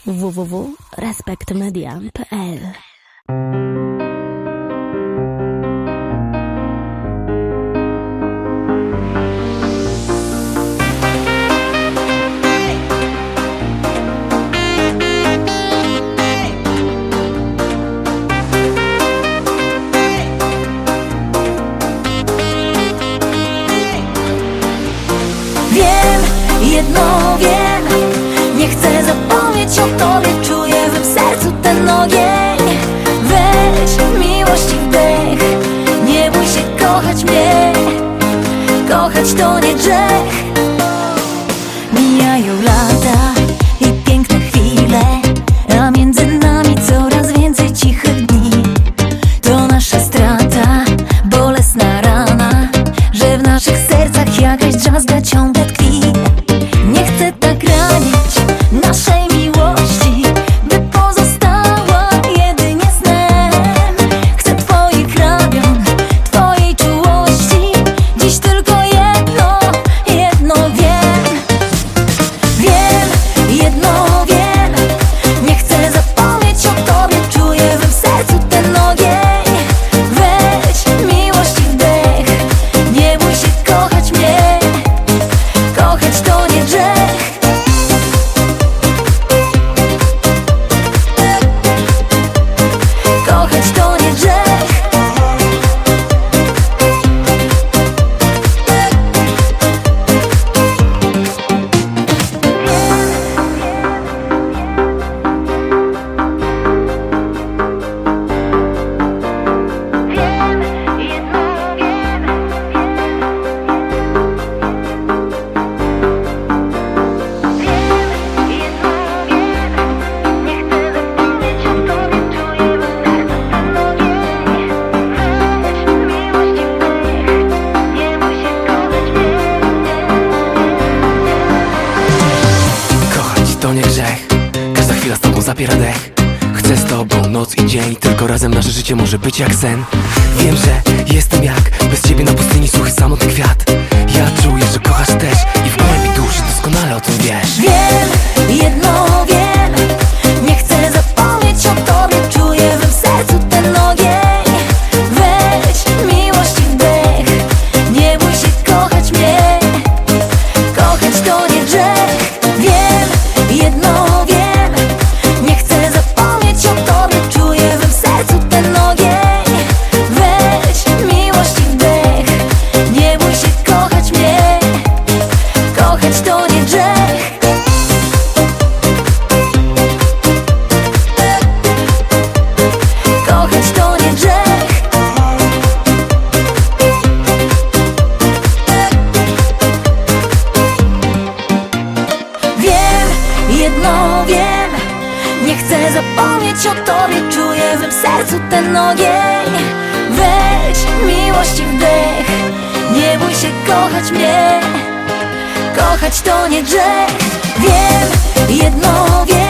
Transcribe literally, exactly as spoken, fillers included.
w w w kropka respekt media kropka p l. Jedno wiem, nie chcę zapomnieć o tobie. Czuję w sercu ten ogień. Weź miłości wdech, nie bój się kochać mnie. Kochać to nie grzech. Mijają lata i piękne chwile, a między nami coraz więcej cichych dni. To nasza strata, bolesna rana, że w naszych sercach jakaś drzazga ciągle tkwi. Nie chcę tak ranić naszej miłości, by pozostała jedynie snem. Chcę twoich ramion, twojej czułości. Dziś tylko jedno, jedno wiem. Wiem, jedno wiem, nie chcę zapomnieć o tobie. Czuję w sercu ten ogień. Weź miłości wdech, nie bój się kochać mnie. Kochać to nie grzech. Kochać to nie grzech. To nie grzech, każda chwila z tobą zapiera dech. Chcę z tobą noc i dzień, tylko razem nasze życie może być jak sen. Wiem, że jestem jak bez ciebie na pustyni suchy samotny kwiat. Ja czuję, że kochasz też i w głębi duszy doskonale o tym wiesz. Wiem, jedno wiem, nie chcę zapomnieć o tobie. Czuję w sercu ten ogień. Weź miłości wdech, nie bój się kochać mnie. Kochać to nie grzech. Wiem, jedno wiem, nie chcę zapomnieć o tobie. Czuję w sercu ten ogień. Weź miłości wdech, nie bój się kochać mnie. Kochać to nie grzech. Kochać to nie grzech. Wiem, jedno wiem, nie chcę zapomnieć o tobie. Czuję w sercu ten ogień. Weź miłości wdech, nie bój się kochać mnie. Kochać to nie grzech. Wiem, jedno wiem.